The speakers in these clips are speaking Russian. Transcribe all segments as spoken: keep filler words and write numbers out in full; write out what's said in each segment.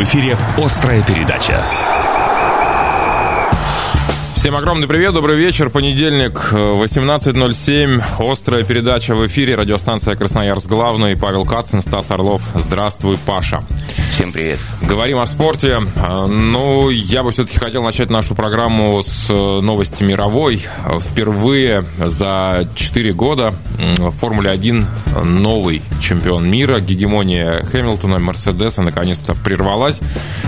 эфире «Острая передача». Всем огромный привет, добрый вечер. Понедельник, восемнадцать ноль семь. Острая передача в эфире. Радиостанция «Красноярск главный». Павел Кацин, Стас Орлов. Здравствуй, Паша. Всем привет. Говорим о спорте. Ну, я бы все-таки хотел начать нашу программу с новости мировой. Впервые за четыре года в Формуле один новый чемпион мира. Гегемония Хэмилтона, Мерседеса наконец-то прервалась.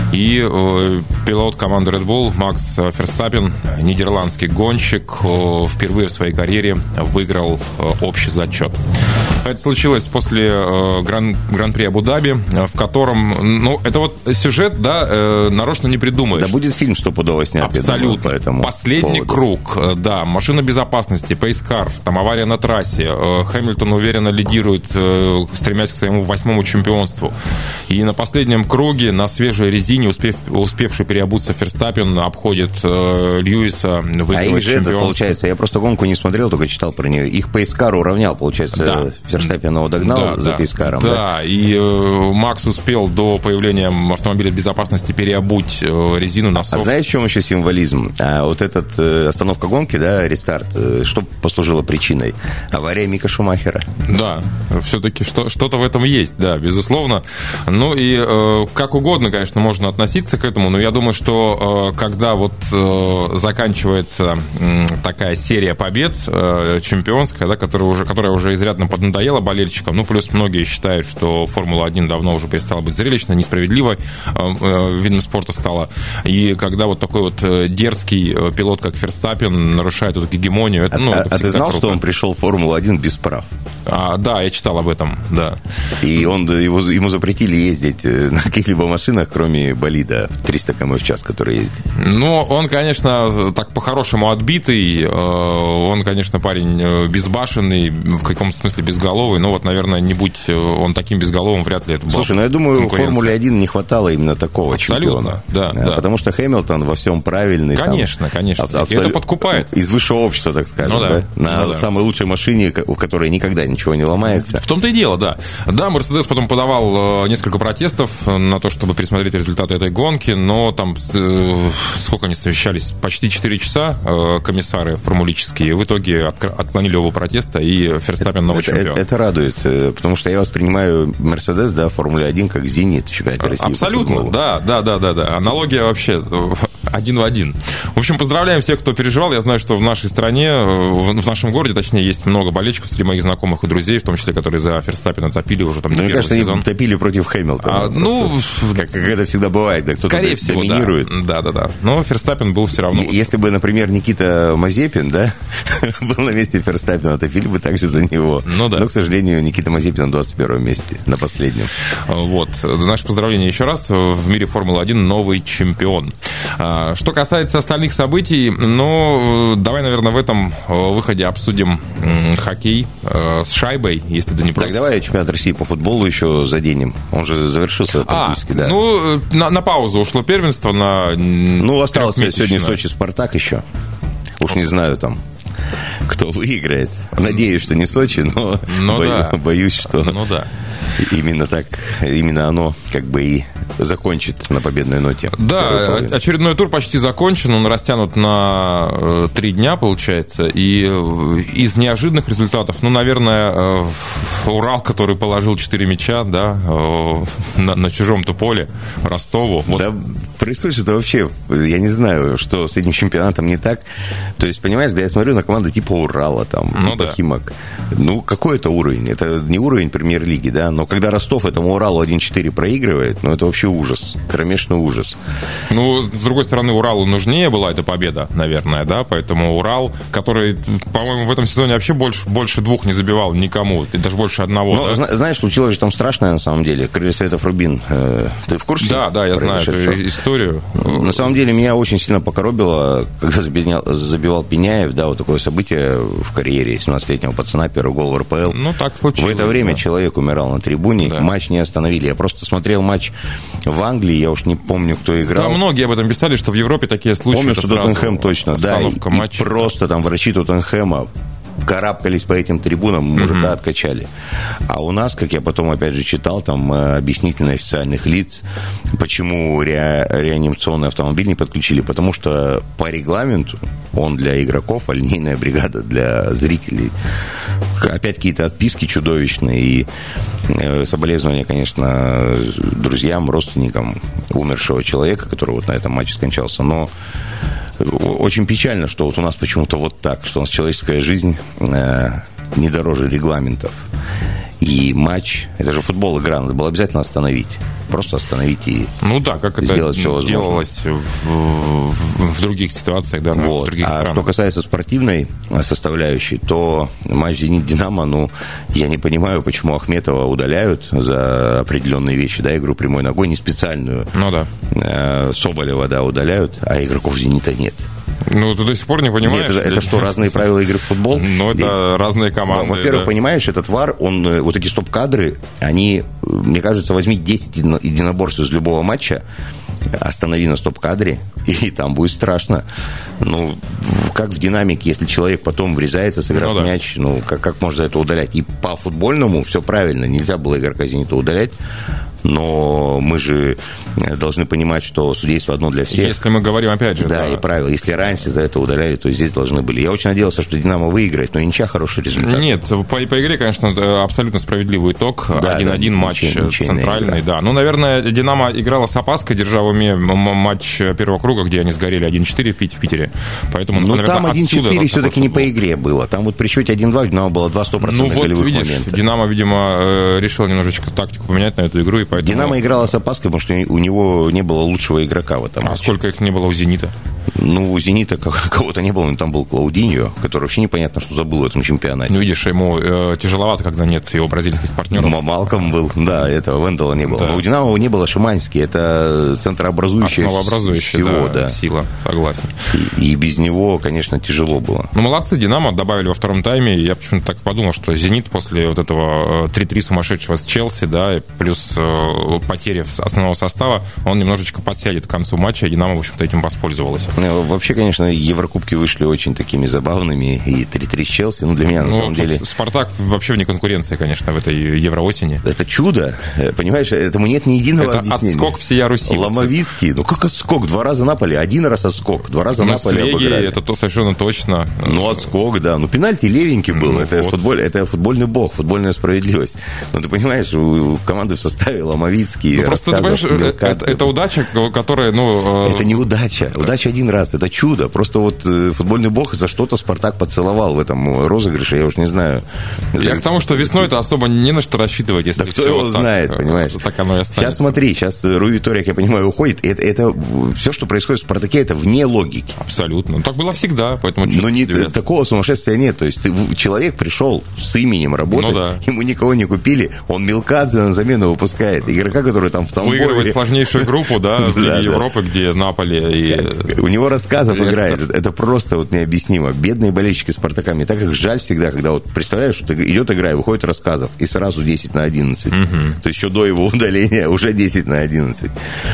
И пилот команды Red Bull Макс Ферстаппен, нидерландский гонщик, впервые в своей карьере выиграл общий зачет. Это случилось после гран- Гран-при Абу-Даби, в котором, ну, это вот сюжет, да, нарочно не придумаешь. Да будет фильм стопудово снят. Абсолютно. Думаю, по Последний поводу. круг, да, машина безопасности, пейскар, там авария на трассе. Хэмилтон уверенно лидирует, стремясь к своему восьмому чемпионству. И на последнем круге, на свежей резине, успев, успевший переобуться Ферстаппен, обходит Льюиса, выигрывает а их же чемпионство. Это, получается, я просто гонку не смотрел, только читал про нее. Их пейскар уравнял, получается, да. Ферстаппен его догнал да, за да, пейскаром. Да, да? и э, Макс успел до появления автомобиля безопасности переобуть э, резину на софт. А знаешь, в чем еще символизм? А вот этот э, остановка гонки, да, рестарт, э, что послужило причиной? Авария Мика Шумахера. Да, все-таки что, что-то в этом есть, да, безусловно. Ну и э, как угодно, конечно, можно относиться к этому, но я думаю, что э, когда вот э, заканчивается э, такая серия побед э, чемпионская, да, которая уже, которая уже изрядно поднадоела болельщикам, ну плюс многие считают, что Формула один давно уже перестала быть зрелищной, несправедливой э, э, видом спорта стала. И когда вот такой вот дерзкий пилот, как Ферстаппен, нарушает эту гегемонию, это, ну, а, это а ты знал, круто. что он пришел в Формулу один без прав? А, да, я читал об этом, да. И он, его, ему запретили ездить на каких-либо машинах, кроме болида триста километров в час, который ездит. Ну, он, конечно, так по-хорошему отбитый. Он, конечно, парень безбашенный, в каком-то смысле безголовый. Но вот, наверное, не будь он таким безголовым, вряд ли это было. Слушай, ну я думаю, в Формуле один не хватало именно такого абсолютно, чемпиона. Да, да, да. Потому что Хэмилтон во всем правильный. Конечно, там, конечно. Аб- это подкупает. Из высшего общества, так скажем. Ну, да. Да? На ну, да. самой лучшей машине, у которой никогда ничего не ломается. В том-то и дело, да. Да, Мерседес потом подавал несколько протестов на то, чтобы пересмотреть результаты этой гонки, но там сколько они совещались? Почти четыре часа комиссары формулические. В итоге отклонили оба протеста, и Ферстаппен новый это, чемпион. Это, это радует, потому что я воспринимаю Мерседес, да, в Формуле один как «Зенит» в чемпионате России. Абсолютно, да, да, да, да, да. Аналогия вообще один в один. В общем, поздравляем всех, кто переживал. Я знаю, что в нашей стране, в нашом городе, точнее, есть много болельщиков среди моих знакомых и друзей, в том числе, которые за Ферстаппена топили уже там не Мне первый кажется, сезон. они топили против Хэмилтона. А, ну, как, как это всегда бывает, да, кто-то скорее всего, доминирует. Да, да, да. Но Ферстаппен был все равно. Если бы, например, Никита Мазепин, да, был на месте Ферстаппена, топили бы также за него. Ну да. Но, к сожалению, Никита Мазепин на двадцать первом месте, на последнем. Вот. Наше поздравление еще раз. В мире Формулы один новый чемпион. Что касается остальных событий, ну, давай, наверное, в этом выходе обсудим хоккей с шайбой, если ты не против. Так, давай чемпионат России по футболу еще заденем. Он же завершился практически, а, да. Ну, на, на паузу ушло первенство, на Ну, остался сегодня в Сочи «Спартак» еще. Уж не знаю там, кто выиграет. Надеюсь, что не Сочи, но ну, бою, да. боюсь, что ну, да. именно так, именно оно как бы и закончит на победной ноте. Да, очередной тур почти закончен, он растянут на э, три дня, получается, и э, из неожиданных результатов, ну, наверное, э, Урал, который положил четыре мяча, да, э, на, на чужом-то поле, Ростову. Вот. Да, происходит что-то вообще, я не знаю, что с этим чемпионатом не так. То есть, понимаешь, когда я смотрю на команды типа Урала, там, ну, типа да. Химок, ну, какой это уровень? Это не уровень премьер-лиги, да, но когда Ростов этому Уралу один-четыре проигрывает, ну, это вообще ужас, кромешный ужас. Ну, с другой стороны, Уралу нужнее была эта победа, наверное, да, поэтому Урал, который, по-моему, в этом сезоне вообще больше, больше двух не забивал никому, и даже больше одного. Но, да? знаешь, случилось же там страшное, на самом деле. Крылья Советов Рубин, э, ты в курсе? Да, да, я знаю эту историю. На самом деле, меня очень сильно покоробило, когда забивал, забивал Пеняев, да, вот такое событие в карьере семнадцатилетнего пацана, первый гол в эр пэ эл. Ну, так случилось. В это время да. человек умирал на трибуне, да. Матч не остановили. Я просто смотрел матч в Англии, я уж не помню, кто играл. Да, многие об этом писали, что в Европе такие случаи. Помню, что Тоттенхэм точно, да, и, и просто там врачи Тоттенхэма карабкались по этим трибунам, мужика mm-hmm. откачали. А у нас, как я потом опять же читал, там объяснительные официальных лиц, почему ре- реанимационный автомобиль не подключили, потому что по регламенту он для игроков, а линейная бригада для зрителей. Опять какие-то отписки чудовищные. И соболезнования, конечно, друзьям, родственникам умершего человека, который вот на этом матче скончался. Но очень печально, что вот у нас почему-то вот так, что у нас человеческая жизнь э, не дороже регламентов. И матч, это же футбол, игра, надо было обязательно остановить. Просто остановить и ну да, как это делалось в, в, в других ситуациях, да, вот. в других а странах. Что касается спортивной составляющей, то матч «Зенит-Динамо», ну, я не понимаю, почему Ахметова удаляют за определенные вещи, да, игру прямой ногой, не специальную. Ну да. Соболева, да, удаляют, а игроков «Зенита» нет. Ну, ты до сих пор не понимаешь. Нет, это, это что, разные правила игры в футбол? Ну, это и, разные команды. Во-первых, да. понимаешь, этот ВАР, он, вот эти стоп-кадры, они, мне кажется, возьми десять единоборств из любого матча, останови на стоп-кадре, и там будет страшно. Ну, как в динамике, если человек потом врезается, сыграв ну, да. мяч, ну, как, как можно это удалять? И по футбольному все правильно, нельзя было игрока «Зенита» удалять. Но мы же должны понимать, что судейство одно для всех. Если мы говорим, опять же... Да, да, и правило. Если раньше за это удаляли, то здесь должны были. Я очень надеялся, что «Динамо» выиграет, но ничья хороший результат. Нет, по, по игре, конечно, абсолютно справедливый итог. один-один да, матч ничей, центральный. Да. Ну, наверное, «Динамо» играла с опаской, держа в уме матч первого круга, где они сгорели один-четыре в Питере. Поэтому, ну, там один-четыре все-таки не по игре было. Там вот при счете один-два у «Динамо» было два сто процентов ну, голевых вот, видишь, момента. «Динамо», видимо, решила немножечко тактику поменять на эту игру. И поэтому... «Динамо» играла с опаской, потому что у него не было лучшего игрока в этом матче. А сколько их не было у «Зенита»? Ну, у «Зенита» кого-то не было, но там был Клаудиньо, который вообще непонятно, что забыл в этом чемпионате. Ну, видишь, ему э, тяжеловато, когда нет его бразильских партнеров. Малком был, да, этого Вендела не было. Да. Но у «Динамо» не было Шиманский, это центрообразующая основообразующая всего, да, да. сила, согласен. И, и без него, конечно, тяжело было. Ну, молодцы, «Динамо» добавили во втором тайме. Я почему-то так подумал, что «Зенит» после вот этого три-три сумасшедшего с Челси, да, плюс э, потери основного состава, он немножечко подсядет к концу матча, и «Динамо», в общем-то, этим воспользовалась. Ну, вообще, конечно, Еврокубки вышли очень такими забавными, и три-три с Челси, ну, для меня, на ну, самом деле... «Спартак» вообще вне конкуренции, конечно, в этой Евроосени. Это чудо, понимаешь, этому нет ни единого это объяснения. Это отскок всея Руси. Ломовицкий, ну как отскок? Два раза Наполи, один раз отскок, два раза Наполи обыграли. Это то совершенно точно. Ну, отскок, да. Ну, пенальти левенький был, ну, это, вот. футболь, это футбольный бог, футбольная справедливость. Но ты понимаешь, у команды в составе Ломовицкий, ну, просто ты понимаешь, это, это удача, которая, ну... Это не удача, удача один раз, это чудо. Просто вот футбольный бог за что-то «Спартак» поцеловал в этом розыгрыше, я уж не знаю. Я к тому, что весной-то особо не на что рассчитывать, если да кто все его вот знает, так, понимаешь? Так оно и останется. Сейчас смотри, сейчас Руи Витория, как я понимаю, уходит, это, это все, что происходит в «Спартаке», это вне логики. Абсолютно. Так было всегда, поэтому... Но не, такого сумасшествия нет. То есть человек пришел с именем работать, ну, да. ему никого не купили, он Милкадзе на замену выпускает. Игрока, который там в Тамбове... Выигрывает сложнейшую группу, да, в Лиге Европы, где Наполи и... У него рассказов играет. Это просто вот необъяснимо. Бедные болельщики «Спартака». Мне так их жаль всегда, когда вот представляешь, что идет игра, и выходит рассказов, и сразу десять на одиннадцать. Угу. То есть еще до его удаления уже десять на одиннадцать.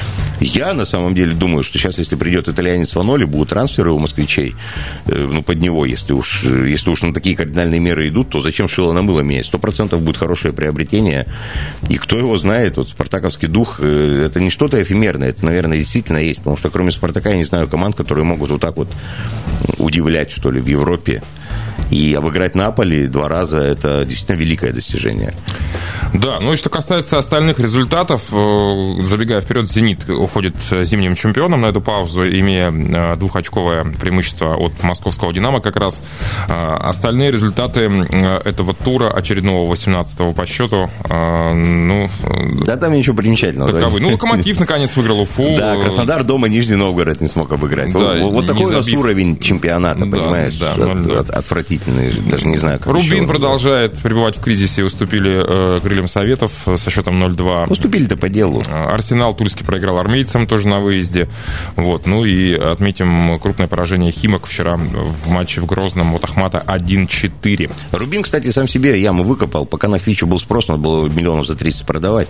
Я на самом деле думаю, что сейчас, если придет итальянец Ваноли, будут трансферы у москвичей, ну, под него, если уж, если уж на такие кардинальные меры идут, то зачем шило на мыло менять? Сто процентов будет хорошее приобретение. И кто его знает, вот спартаковский дух, это не что-то эфемерное, это, наверное, действительно есть. Потому что кроме «Спартака» я не знаю команд, которые могут вот так вот удивлять, что ли, в Европе. И обыграть Наполи два раза – это действительно великое достижение. Да, ну и что касается остальных результатов, забегая вперед, «Зенит» уходит зимним чемпионом на эту паузу, имея двухочковое преимущество от московского «Динамо» как раз. Остальные результаты этого тура, очередного восемнадцатого по счету, ну... Да, там ничего примечательного. Таковы. Ну, «Локомотив» наконец выиграл Уфу. Да, Краснодар дома Нижний Новгород не смог обыграть. Да, вот, вот такой у нас уровень чемпионата, да, понимаешь? Да, от, от, отвратительный, даже не знаю, как Рубин еще. продолжает пребывать в кризисе, уступили э, крыльям Советов со счетом ноль-два. Уступили-то по делу. Арсенал Тульский проиграл армейцам тоже на выезде. Вот. Ну и отметим крупное поражение «Химок» вчера в матче в Грозном от Ахмата один-четыре. Рубин, кстати, сам себе яму выкопал. Пока на Хвичу был спрос, надо было миллионов за тридцать продавать.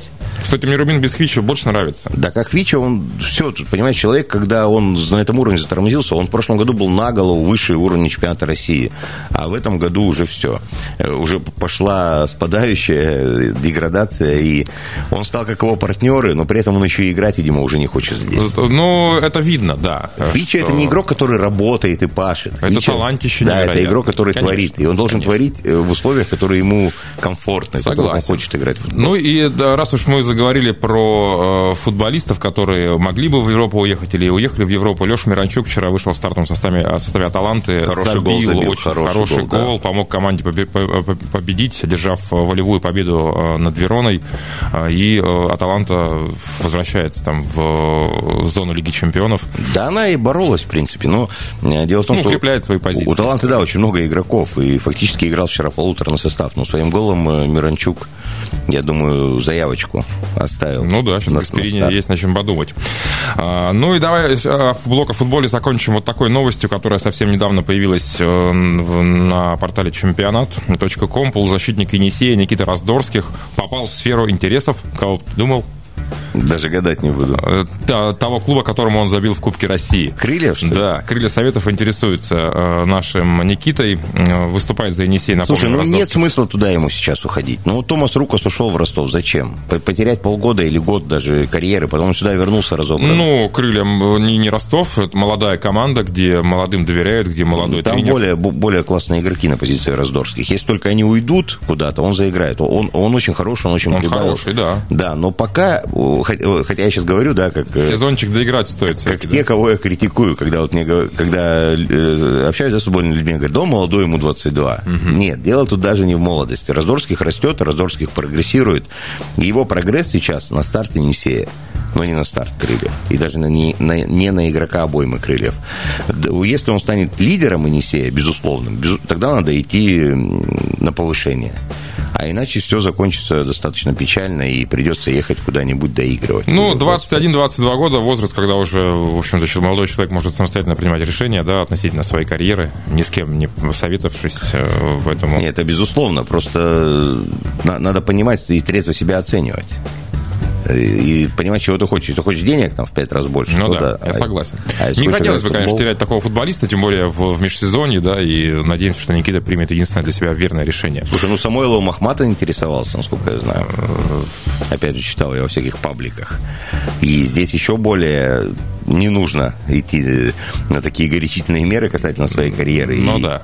Кстати, мне Рубин Бесхвичев больше нравится. Да, как Хвича, он все, тут, понимаешь, человек, когда он на этом уровне затормозился, он в прошлом году был на голову выше уровня чемпионата России, а в этом году уже все. Уже пошла спадающая деградация, и он стал как его партнеры, но при этом он еще и играть, видимо, уже не хочет здесь. Ну, это видно, да. Хвича что... это не игрок, который работает и пашет. Это Хвича, талантище да, невероятно. Это игрок, который конечно, творит, и он должен конечно. творить в условиях, которые ему комфортны, в которых он хочет играть в футбол. Ну, и да, раз уж мы заговорили про э, футболистов, которые могли бы в Европу уехать или уехали в Европу, Леша Миранчук вчера вышел в стартовом составе, в составе Аталанты, хороший забил, гол забил, очень хороший, хороший гол, гол да. помог команде победить, одержав волевую победу над Вероной, и Аталанта возвращается там в зону Лиги Чемпионов. Да, она и боролась, в принципе, но дело в том, ну, что укрепляет свои позиции. У Аталанты, да, очень много игроков, и фактически играл вчера полуторный состав, но своим голом Миранчук, я думаю, заявочку оставил. Ну да, сейчас в Гасперине есть над чем подумать. Ну и давай блок о футболе закончим вот такой новостью, которая совсем недавно появилась на портале чемпионат точка ком. Полузащитник Енисея Никита Раздорских попал в сферу интересов. Кого бы ты думал? Даже гадать не буду. Того клуба, которому он забил в Кубке России. Крыльев, что ли? Да, Крылья Советов интересуется нашим Никитой. Выступает за Енисей на Слушай, ну Ростовский. Нет смысла туда ему сейчас уходить. Ну, Томас Рукас ушел в Ростов. Зачем? Потерять полгода или год даже карьеры, потом сюда вернулся разобран. Ну, Крыльям не, не Ростов. Это молодая команда, где молодым доверяют, где молодой Там тренер. Там более, более классные игроки на позиции Раздорских. Если только они уйдут куда-то, он заиграет. Он, он очень хороший, он очень Он прибавил. хороший, да. Да, но пока... Хотя я сейчас говорю, да, как... Сезончик доиграть стоит. Как всякий, те, да. кого я критикую, когда вот мне когда общаюсь с футбольными людьми, говорят, да, он молодой, ему двадцать два. Угу. Нет, дело тут даже не в молодости. Раздорских растет, Раздорских прогрессирует. И его прогресс сейчас на старте Енисея, но не на старт Крыльев. И даже на, не, на, не на игрока обоймы Крыльев. Если он станет лидером Енисея, безусловным, без, тогда надо идти на повышение. А иначе все закончится достаточно печально, и придется ехать куда-нибудь доигрывать. Ну, двадцать один - двадцать два года, возраст, когда уже, в общем-то, молодой человек может самостоятельно принимать решения, да, относительно своей карьеры, ни с кем не советовавшись в этом. Нет, это безусловно. Просто надо понимать и трезво себя оценивать. И понимать, чего ты хочешь. Если ты хочешь денег там в пять раз больше. Ну да, да, я согласен. А не хотелось бы, конечно, терять такого футболиста, тем более в, в межсезонье, да, и надеемся, что Никита примет единственное для себя верное решение. Слушай, ну Самойлов Махмата интересовался, насколько я знаю. Опять же, читал я во всяких пабликах. И здесь еще более не нужно идти на такие горячительные меры касательно своей карьеры. Ну и... да.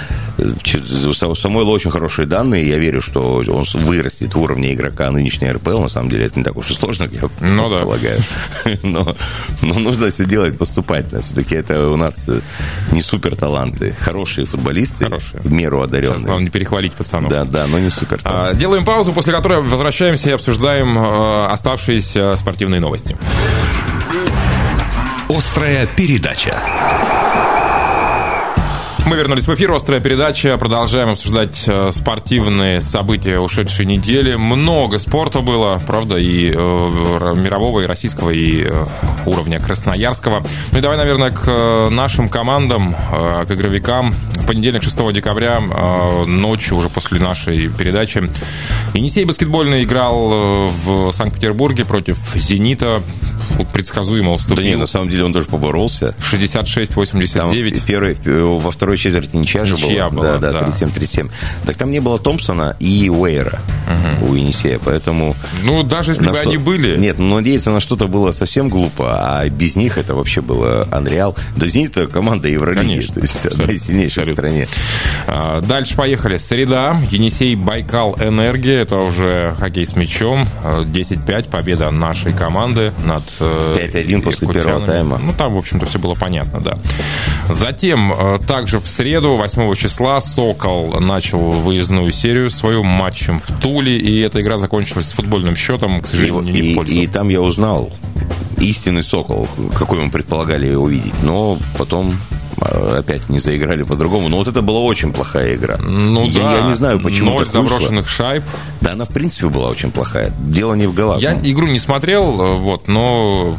У Самойла очень хорошие данные. Я верю, что он вырастет в уровне игрока нынешней эр пэ эл. На самом деле, это не так уж и сложно, я ну, полагаю. Да. Но, но нужно все делать поступательно. Все-таки это у нас не супер таланты. Хорошие футболисты, хорошие. В меру одаренные. Сейчас главное не перехвалить пацанов. Да, да, но не супер таланты. Делаем паузу, после которой возвращаемся и обсуждаем оставшиеся спортивные новости. Острая передача. Мы вернулись в эфир. Острая передача. Продолжаем обсуждать спортивные события ушедшей недели. Много спорта было, правда, и э, мирового, и российского, и э, уровня красноярского. Ну и давай, наверное, к нашим командам, э, к игровикам. В понедельник, шестого декабря, э, ночью, уже после нашей передачи, Енисей баскетбольный играл в Санкт-Петербурге против «Зенита». Предсказуемо уступил. Да нет, на самом деле он тоже поборолся. шестьдесят шесть восемьдесят девять. Первый, во второй четверти ничья же была. была. Да, да, тридцать семь тридцать семь. Так там не было Томпсона и Уэйра угу. у Енисея, поэтому... Ну, даже если бы что... они были... Нет, ну, надеяться на что-то было совсем глупо, а без них это вообще было Unreal. Да, «Зенит» — команда Евролиги. Конечно. То есть одна из сильнейших в стране. А, дальше поехали. Среда. Енисей Байкал Энергия. Это уже хоккей с мячом. десять пять. Победа нашей команды над... пять один после первого тайма. Ну, там, в общем-то, все было понятно, да. Затем, также в среду, восьмого числа, «Сокол» начал выездную серию свою матчем в Туле, и эта игра закончилась с футбольным счетом, к сожалению, и, не в пользу. И, и там я узнал истинный «Сокол», какой мы предполагали его увидеть, но потом... опять не заиграли по-другому. Но вот это была очень плохая игра. Ну я, да. Я не знаю, почему Ноль так вышло. заброшенных шайб. Да, она в принципе была очень плохая. Дело не в голах. Я но... игру не смотрел, вот, но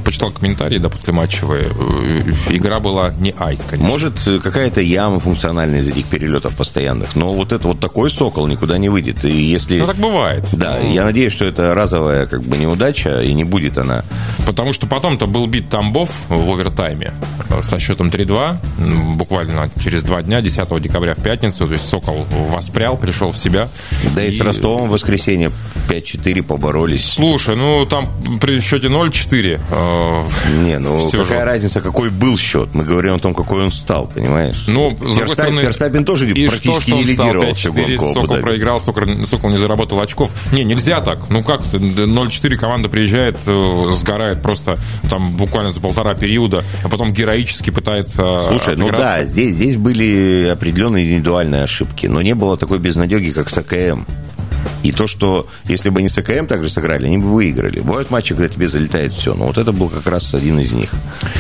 почитал комментарии, да, послематчевые. Игра была не айс, конечно. Может, какая-то яма функциональная из этих перелетов постоянных, но вот это вот такой «Сокол» никуда не выйдет. И если... Ну, так бывает. Да, ну... я надеюсь, что это разовая как бы неудача, и не будет она. Потому что потом-то был бит Тамбов в овертайме со счетом три-два, буквально через два дня, десятого декабря в пятницу. То есть «Сокол» воспрял, пришел в себя. Да и, и с Ростовом в воскресенье пять-четыре поборолись. Слушай, ну там при счете ноль-четыре. Э, не, ну какая же... разница, какой был счет? Мы говорим о том, какой он стал, понимаешь? Ну, с другой стороны, Ферстаппен тоже и практически что, не лидировал. Сокол проиграл, Сокол, Сокол не заработал очков. Не, нельзя так. Ну как, ноль-четыре команда приезжает, сгорает просто там буквально за полтора периода, а потом героически пытается Слушай, отыграться. Ну да, здесь, здесь были определенные индивидуальные ошибки, но не было такой безнадеги, как с АКМ. И то, что если бы они с АКМ также сыграли, они бы выиграли. Бывают матчи, когда тебе залетает все. Но вот это был как раз один из них.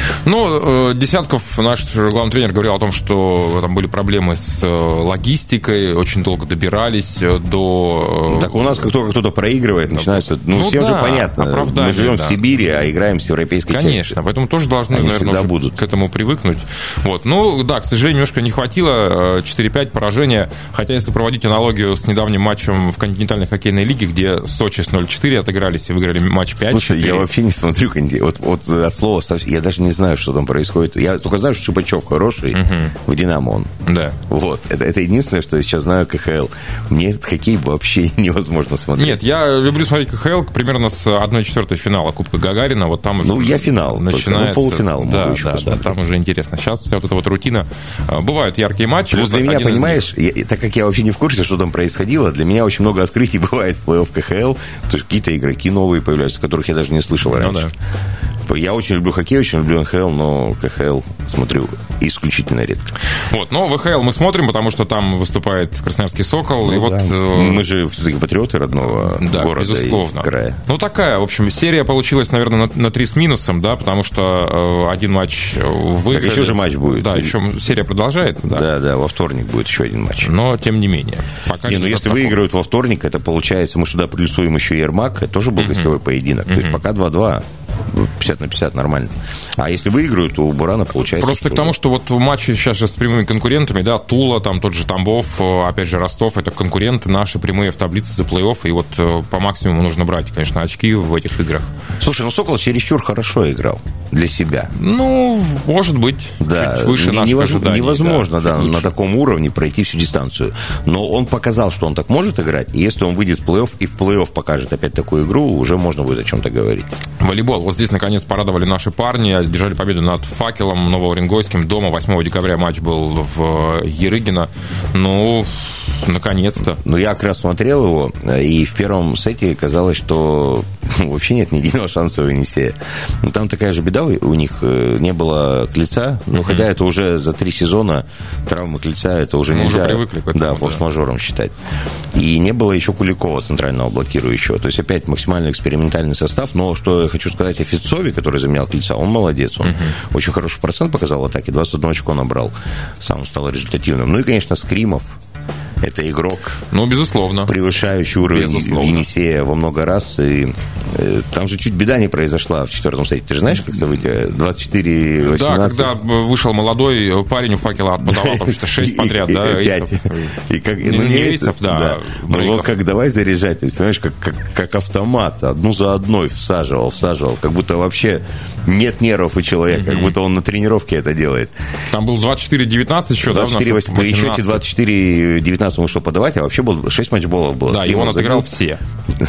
Ну, Десятков, наш главный тренер, говорил о том, что там были проблемы с логистикой, очень долго добирались до... Так у нас, как только кто-то проигрывает, начинается... Ну, ну всем да, же понятно. Мы живем да. в Сибири, а играем с европейской Конечно, частью. Конечно, поэтому тоже должны, они наверное, будут. к этому привыкнуть. Вот. Ну, да, к сожалению, немножко не хватило. четыре-пять поражения. Хотя, если проводить аналогию с недавним матчем в континентальной хоккейной лиге, где Сочи с ноль-четыре отыгрались и выиграли матч пять-четыре. Слушай, я вообще не смотрю, вот, вот от слова, я даже не знаю, что там происходит. Я только знаю, что Шипачев хороший, угу. в «Динамо» он. Да. Вот, это, это единственное, что я сейчас знаю КХЛ. Мне этот хоккей вообще невозможно смотреть. Нет, я люблю смотреть КХЛ примерно с одной четвертой финала Кубка Гагарина. Вот там уже ну, я финал, начинается... только, ну, полуфинал могу да, еще да, посмотреть. Да, там уже интересно. Сейчас вся вот эта вот рутина. Бывают яркие матчи. Плюс вот для меня, понимаешь, из... я, так как я вообще не в курсе, что там происходило, для меня очень много открытий бывает в плей-офф КХЛ. То есть какие-то игроки новые появляются, которых я даже не слышал раньше. Ну, да. Я очень люблю хоккей, очень люблю эн ха эл, но КХЛ смотрю исключительно редко. Вот, но в вэ ха эл мы смотрим, потому что там выступает Красноярский «Сокол». Ну, и да. вот, мы же все-таки патриоты родного да, города безусловно. И края. Ну, такая, в общем, серия получилась, наверное, на, на три с минусом, да, потому что э, один матч выиграли. Так еще же матч будет. Да, еще серия продолжается, да. Да, да, во вторник будет еще один матч. Но, тем не менее. Пока не, ну, если такого... выиграют во вторник, это получается, мы сюда плюсуем еще Ермак, это тоже был гостевой uh-huh. поединок. Uh-huh. То есть пока два-два. пятьдесят на пятьдесят нормально. А если выиграют, то у Бурана получается... Просто к тому, что вот в матче сейчас же с прямыми конкурентами, да, Тула, там тот же Тамбов, опять же Ростов, это конкуренты наши прямые в таблице за плей-офф, и вот по максимуму нужно брать, конечно, очки в этих играх. Слушай, ну «Сокол» чересчур хорошо играл для себя. Ну, может быть, да, чуть выше наших невоз... ожиданий. Невозможно, да, да на таком уровне пройти всю дистанцию. Но он показал, что он так может играть, и если он выйдет в плей-офф и в плей-офф покажет опять такую игру, уже можно будет о чем-то говорить. Волейбол. Вот здесь, наконец, порадовали наши парни, одержали победу над «Факелом» Новоуренгойским. Дома восьмого декабря матч был в Ерыгино. Ну, наконец-то. Ну, я как раз смотрел его, и в первом сете казалось, что вообще нет ни единого шанса у Енисея. Ну, там такая же беда у них, не было Клица, ну, mm-hmm. хотя это уже за три сезона травмы Клица, это уже Мы нельзя уже привыкли к этому, да, форс-мажором да. считать. И не было еще Куликова, центрального блокирующего. То есть опять максимально экспериментальный состав, но что я хочу сказать о Фицове, который заменял Клица, он молодец, он mm-hmm. очень хороший процент показал в атаке, двадцать одно очко набрал, сам стал результативным. Ну и, конечно, Скримов. Это игрок, ну, безусловно. превышающий уровень безусловно. Енисея во много раз. И, э, там же чуть беда не произошла в четвертом сете. Ты же знаешь, как событие? двадцать четыре восемнадцать. Да, когда вышел молодой парень у «Факела», отподавал, потому что шесть подряд, да, Эйсов. И как, ну, не Эйсов, да. Ну, вот как давай заряжать. То есть, понимаешь, как, как, как автомат. Одну за одной всаживал, всаживал. Как будто вообще нет нервов у человека. Как будто он на тренировке это делает. Там был двадцать четыре девятнадцать счет, да, при счете двадцать четыре девятнадцать он шел подавать, а вообще было шесть матчболов было. Да, и он отыграл все.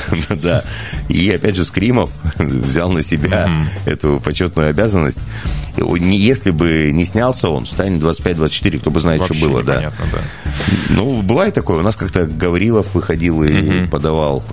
Да. И опять же Скримов взял на себя эту почетную обязанность. Если бы не снялся он, станет двадцать пять двадцать четыре, кто бы знает, что было. Да. Ну, бывает такое. У нас как-то Гаврилов выходил и подавал,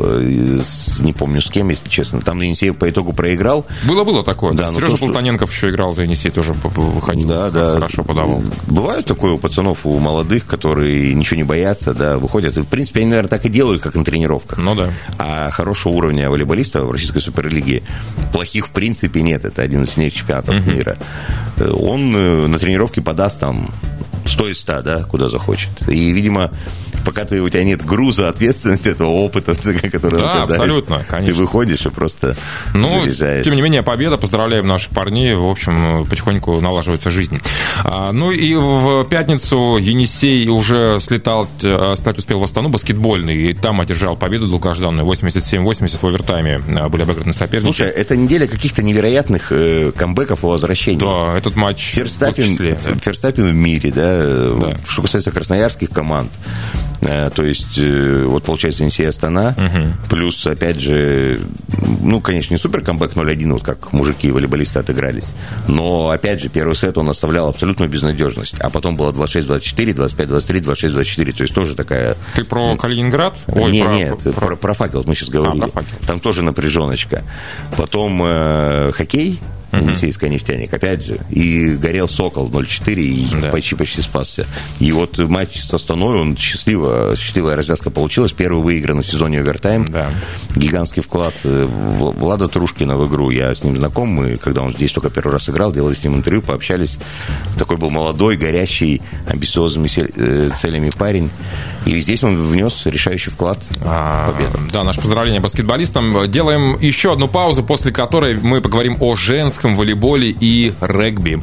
не помню с кем, если честно. Там Енисей по итогу проиграл. Было-было такое. Да, Сережа Полтоненков еще играл за Енисей, тоже выходил. Да, да. Хорошо подавал. Бывает такое у пацанов, у молодых, которые ничего не боятся, да, выходят. И, в принципе, они, наверное, так и делают, как на тренировках. Ну да. А хорошего уровня волейболиста в российской суперлиге плохих, в принципе, нет. Это один из сильнейших чемпионатов uh-huh. мира. Он на тренировке подаст там сто из ста, да, куда захочет. И, видимо, пока ты, у тебя нет груза ответственности, этого опыта, который да, ты, абсолютно, да, конечно. Ты выходишь и просто ну, заряжаешь. Тем не менее, победа. Поздравляем наших парней. В общем, потихоньку налаживается жизнь. А, ну и в пятницу Енисей уже слетал, слетать успел в Астану баскетбольный, и там одержал победу долгожданную. восемьдесят семь восемьдесят в овертайме были обыграны соперники. Слушай, это неделя каких-то невероятных э, камбэков и возвращений. Да, этот матч Ферстаппен, Ферстаппен в мире, да, да. Что касается красноярских команд. То есть, вот получается, Енисей Астана, угу. плюс, опять же, ну, конечно, не супер камбэк ноль один, вот как мужики и волейболисты отыгрались, но, опять же, первый сет он оставлял абсолютную безнадежность, а потом было двадцать шесть двадцать четыре, двадцать пять двадцать три, двадцать шесть двадцать четыре, то есть тоже такая... Ты про Калининград? Ой, не, про, нет, про, про, про факел мы сейчас говорили. А, там тоже напряженочка. Потом э, хоккей, Енисейская нефтяник, опять же, и горел Сокол ноль четыре, и да. почти, почти спасся. И вот матч с Астаной, он счастливо, счастливая развязка получилась, первый выигран в сезоне овертайм, да. Гигантский вклад Влада Трушкина в игру, я с ним знаком, мы, когда он здесь только первый раз играл, делали с ним интервью, пообщались, такой был молодой, горящий, амбициозными целями парень, и здесь он внес решающий вклад в победу. Да, наше поздравление баскетболистам. Делаем еще одну паузу, после которой мы поговорим о женском волейболе и регби.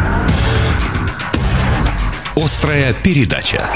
Острая передача.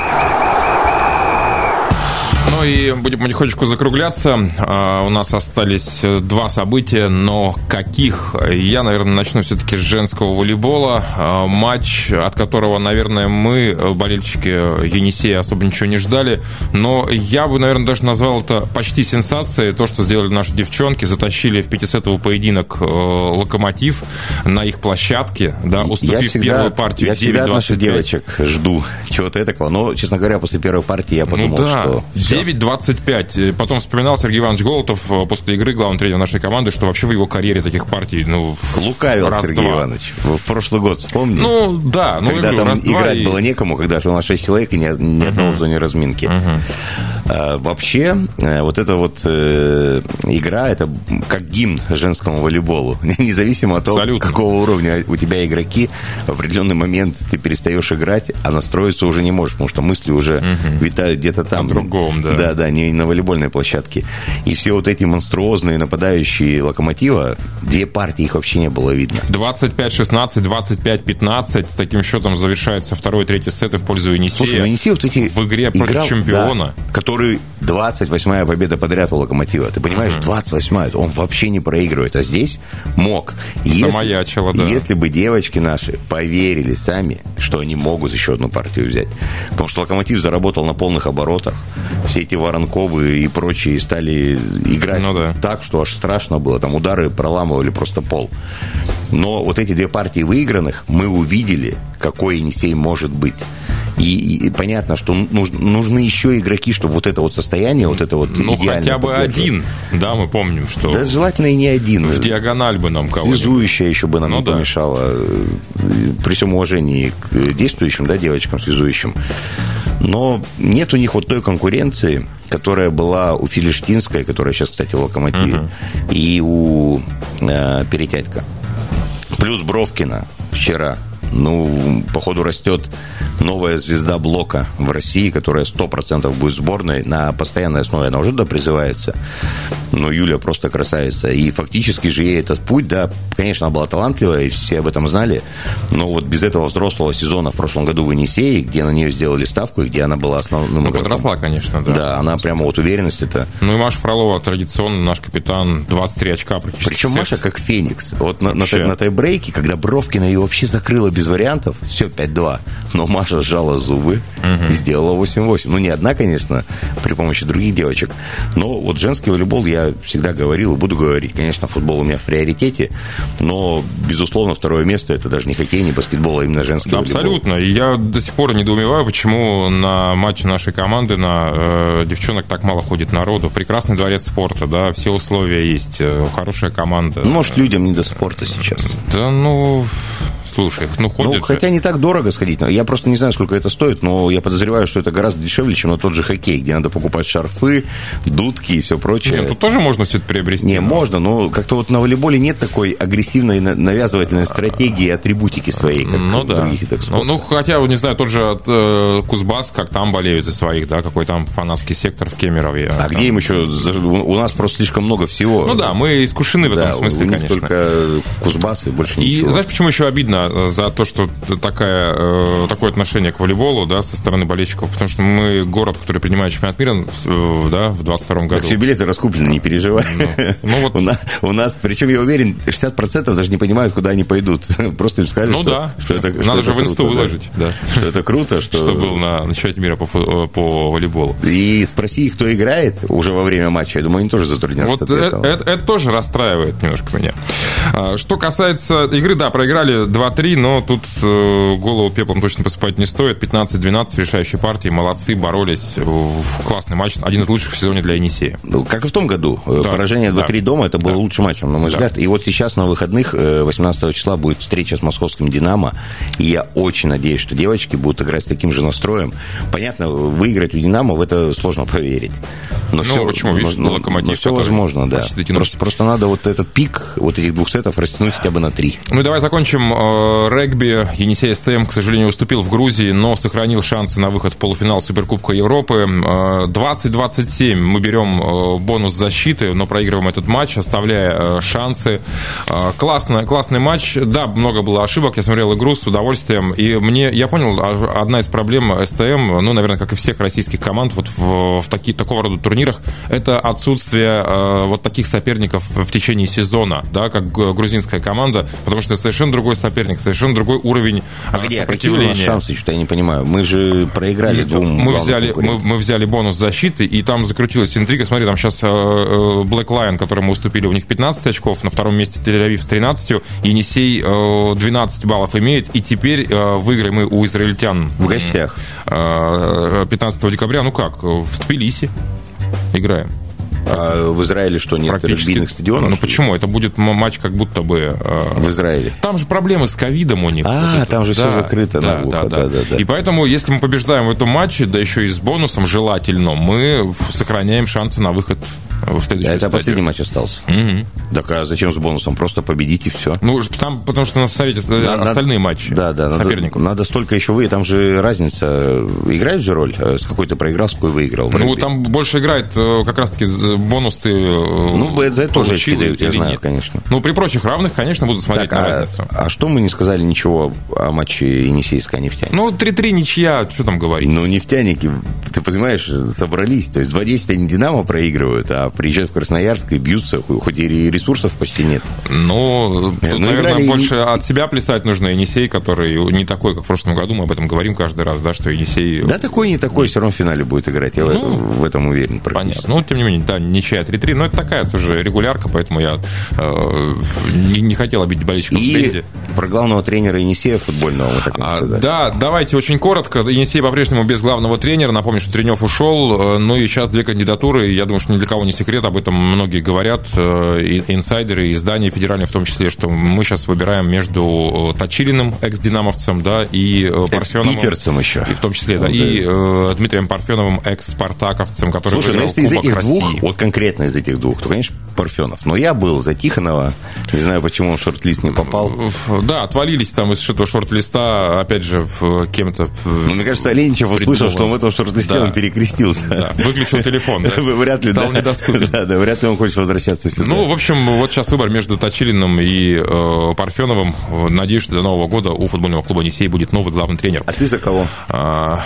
Ну и будем потихонечку закругляться. У нас остались два события, но каких? Я, наверное, начну все-таки с женского волейбола. Матч, от которого, наверное, мы, болельщики Енисея, особо ничего не ждали. Но я бы, наверное, даже назвал это почти сенсацией. То, что сделали наши девчонки, затащили в пятисетовый поединок Локомотив на их площадке, да, уступив всегда, первую партию девять двадцать пять. Я всегда от наших девочек жду чего-то такого. Но, честно говоря, после первой партии я подумал, ну, да. что... девять двадцать пять. Потом вспоминал Сергей Иванович Голотов после игры, главный тренер нашей команды, что вообще в его карьере таких партий, ну, лукавил раз, Сергей два. Иванович. В прошлый год вспомни. Ну, да. Ну, когда говорю, там играть и... было некому, когда же у нас шесть человек и ни, ни uh-huh. одного в зоне разминки. Uh-huh. А, вообще, вот эта вот э, игра, это как гимн женскому волейболу. Независимо от того, Абсолютно. Какого уровня у тебя игроки, в определенный момент ты перестаешь играть, а настроиться уже не можешь, потому что мысли уже uh-huh. витают где-то там. О другом, да. Да, да, не на волейбольной площадке. И все вот эти монструозные нападающие Локомотива, две партии их вообще не было видно. двадцать пять шестнадцать, двадцать пять пятнадцать. С таким счетом завершается второй и третий сеты в пользу Енисея. Слушай, ну Енисей вот эти в игре против играл, чемпиона. Да, который двадцать восьмая победа подряд у Локомотива. Ты понимаешь, uh-huh. двадцать восьмая, он вообще не проигрывает. А здесь мог. Замаячило, да. Если бы девочки наши поверили сами, что они могут еще одну партию взять. Потому что Локомотив заработал на полных оборотах. Все эти Воронковы и прочие стали играть ну, да. так, что аж страшно было. Там удары проламывали просто пол. Но вот эти две партии выигранных мы увидели, какой Енисей может быть. И, и понятно, что нужны, нужны еще игроки, чтобы вот это вот состояние, вот это вот ну, хотя бы один, да, мы помним, что... Да, желательно и не один. В диагональ бы нам кого-нибудь. Связующая еще бы нам ну, не да. помешала. При всем уважении к действующим, да, девочкам связующим. Но нет у них вот той конкуренции, которая была у Филиштинской, которая сейчас, кстати, в Локомотиве, uh-huh. и у э, Перетятько. Плюс Бровкина вчера. Ну, походу, растет новая звезда блока в России, которая сто процентов будет сборной. На постоянной основе она уже туда призывается. Но Юля просто красавица. И фактически же ей этот путь, да, конечно, она была талантливая, и все об этом знали. Но вот без этого взрослого сезона в прошлом году в Енисее, где на нее сделали ставку, и где она была основным ну, игроком. Подросла, конечно, да. Да, она прямо вот уверенность это. Ну, и Маша Фролова, традиционно наш капитан, двадцать три очка практически. Причем Маша как феникс. Вот на, на, на тайбрейке, когда Бровкина ее вообще закрыла без вариантов, все пять два. Но Маша сжала зубы угу. и сделала восемь восемь. Ну, не одна, конечно, при помощи других девочек. Но вот женский волейбол, я всегда говорил и буду говорить. Конечно, футбол у меня в приоритете, но, безусловно, второе место это даже не хоккей, не баскетбол, а именно женский да, волейбол. Абсолютно. И я до сих пор недоумеваю, почему на матче нашей команды на э, девчонок так мало ходит народу. Прекрасный дворец спорта, да, все условия есть, хорошая команда. Может, людям не до спорта сейчас. Да, ну... слушай, ну ходят. Ну, хотя не так дорого сходить. Я просто не знаю, сколько это стоит, но я подозреваю, что это гораздо дешевле, чем на тот же хоккей, где надо покупать шарфы, дудки и все прочее. Нет, тут тоже можно все это приобрести. Не, но... можно, но как-то вот на волейболе нет такой агрессивной навязывательной стратегии и атрибутики своей, как ну, в да. других видах спорта. Ну, ну, хотя, не знаю, тот же э, Кузбасс, как там болеют за своих, да, какой там фанатский сектор в Кемерове. А там... где им еще? У нас просто слишком много всего. Ну да, мы искушены в этом да, смысле, у них конечно. только Кузбасс и больше ничего. И знаешь, почему еще обидно за то, что такая, э, такое отношение к волейболу, да, со стороны болельщиков? Потому что мы город, который принимает чемпионат мира, э, да, в двадцать втором году. Так все билеты раскуплены, не переживай. Ну, ну, вот... у, нас, у нас, причем я уверен, шестьдесят процентов даже не понимают, куда они пойдут. Просто им сказали, ну, что, да. что это Надо что же это в инсту круто, выложить. Да. Да. Что это круто. Что... что был на, на чемпионате мира по, по волейболу. И спроси их, кто играет уже во время матча. Я думаю, они тоже затруднятся. Вот это, это, это тоже расстраивает немножко меня. Что касается игры, да, проиграли два-три, но тут э, голову пеплом точно посыпать не стоит. пятнадцать-двенадцать в решающей партии. Молодцы, боролись. Классный матч. Один из лучших в сезоне для Енисея. Ну, как и в том году. Да, Поражение два-три да. дома, это было да. лучшим матчем, на мой да. взгляд. И вот сейчас на выходных, восемнадцатого числа, будет встреча с московским «Динамо». И я очень надеюсь, что девочки будут играть с таким же настроем. Понятно, выиграть у «Динамо» в это сложно поверить. Но ну, все, почему? Видишь, но, Локомотив, но все возможно, да. Просто, просто надо вот этот пик вот этих двух сетов растянуть хотя бы на три. Ну и давай закончим. Регби. Енисей СТМ, к сожалению, уступил в Грузии, но сохранил шансы на выход в полуфинал Суперкубка Европы. двадцать-двадцать семь мы берем бонус защиты, но проигрываем этот матч, оставляя шансы. Классно, классный матч. Да, много было ошибок. Я смотрел игру с удовольствием. И мне, я понял, одна из проблем СТМ, ну, наверное, как и всех российских команд вот в, в таки, такого рода турнирах, это отсутствие э, вот таких соперников в течение сезона, да, как грузинская команда, потому что совершенно другой соперник, совершенно другой уровень а э, где, сопротивления. Какие у нас шансы, что-то я не понимаю. Мы же проиграли двум мы взяли, мы, мы взяли бонус защиты, и там закрутилась интрига. Смотри, там сейчас э, Black Lion, которому мы уступили, у них пятнадцать очков, на втором месте Тель-Авив с тринадцатью, Енисей э, двенадцать баллов имеет, и теперь э, выиграем мы у израильтян. В гостях. Э, пятнадцатого декабря, ну как, в Тбилиси играем. А в Израиле что, нет регбийных стадионов? Ну почему? Это будет матч как будто бы... В Израиле. Там же проблемы с ковидом у них. А, вот там же да, все закрыто. Да, наглухо, да, да. Да, да, да. И поэтому, если мы побеждаем в этом матче, да еще и с бонусом желательно, мы сохраняем шансы на выход в следующую Это стадию. последний матч остался. Угу. Так а зачем с бонусом? Просто победить и все. Ну, там, потому что на совете надо, остальные матчи да, да, соперников. Надо, надо столько еще вы, там же разница. Играет же роль? С какой ты проиграл, с какой выиграл? Ну, там больше играет как раз-таки бонус ты Ну, за это тоже очки дают, я знаю, нет. конечно. Ну, при прочих равных, конечно, будут смотреть так, на а, разницу. А что мы не сказали ничего о матче Енисейская нефтяника? Ну, три-три ничья, что там говорить? Ну, нефтяники, ты понимаешь, собрались. То есть два-десять они «Динамо» проигрывают, а приезжают в Красноярск и бьются, хоть и ресурсов почти нет. Ну, тут, ну, наверное, играли... больше от себя плясать нужно Енисей, который не такой, как в прошлом году. Мы об этом говорим каждый раз, да, что Енисей... Да, такой, не такой, все равно в финале будет играть. Я ну, в этом уверен практически. Понятно. Ну, тем не менее, да, ничья три-три. Но это такая тоже регулярка, поэтому я э, не, не хотел обидеть болельщиков и в Бенде. Про главного тренера Енисея футбольного мы так и сказали. А, да, давайте очень коротко. Енисей по-прежнему без главного тренера. Напомню, что Тренев ушел. Ну и сейчас две кандидатуры. Я думаю, что ни для кого не секрет. Об этом многие говорят. И инсайдеры, издания федеральные в том числе, что мы сейчас выбираем между Точилиным, экс-динамовцем, да, и Парфеновым. Экс-питерцем еще. И в том числе, да, вот и э, Дмитрием Парфеновым, экс-спартаковцем, который Слушай, выиграл ну, если Кубок из этих России. двух, вот конкретно из этих двух, то, конечно, Парфенов. Но я был за Тихонова. Не знаю, почему он в шорт-лист не попал. Да, отвалились там из этого шорт-листа, опять же, кем-то... Ну, мне кажется, Оленичев услышал, что он в этом шорт-листе, да. Он перекрестился. Да, выключил телефон, да. Вряд ли, стал да. недоступен. Да, да, вряд ли он хочет возвращаться сюда. Ну, в общем, вот сейчас выбор между Точилиным и э, Парфеновым. Надеюсь, что до Нового года у футбольного клуба «Енисей» будет новый главный тренер. А ты за кого? А,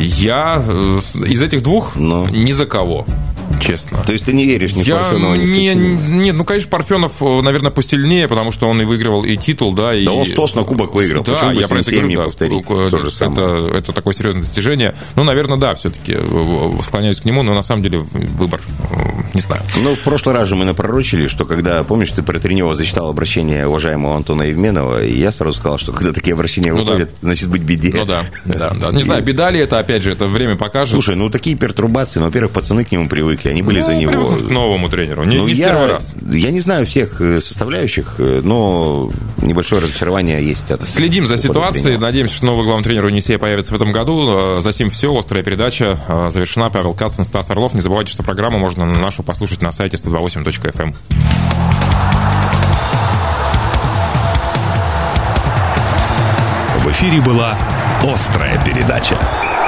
я э, из этих двух Но. ни за кого. Честно. То есть ты не веришь ни в я Парфенова, ни в не, Точилина? Нет, ну, конечно, Парфенов, наверное, посильнее, потому что он и выигрывал и титул, да. И... Да он сто на кубок выиграл. Да, почему я про это говорю, да. Повторить? Это, это, это такое серьезное достижение. Ну, наверное, да, все-таки склоняюсь к нему, но на самом деле выбор не знаю. Ну, в прошлый раз же мы напророчили, что когда, помнишь, ты про Тренева зачитал обращение уважаемого Антона Евменова, и я сразу сказал, что когда такие обращения ну, выходят, да. значит быть беде. Ну да, да, да. Не знаю, беда ли это, опять же, это время покажет. Слушай, ну такие пертурбации, ну, во-первых, пацаны к нему привыкли, они были ну, за него. К новому тренеру, не, ну, не я, в первый раз. Я не знаю всех составляющих, но небольшое разочарование есть. От Следим за ситуацией, тренера. Надеемся, что новый главный тренер Енисея появится в этом году. За сим все, острая передача завершена. Павел Кацин, Стас Орлов. Не забывайте, что программу можно нашу послушать на сайте сто два восемь точка эф эм. В эфире была «Острая передача».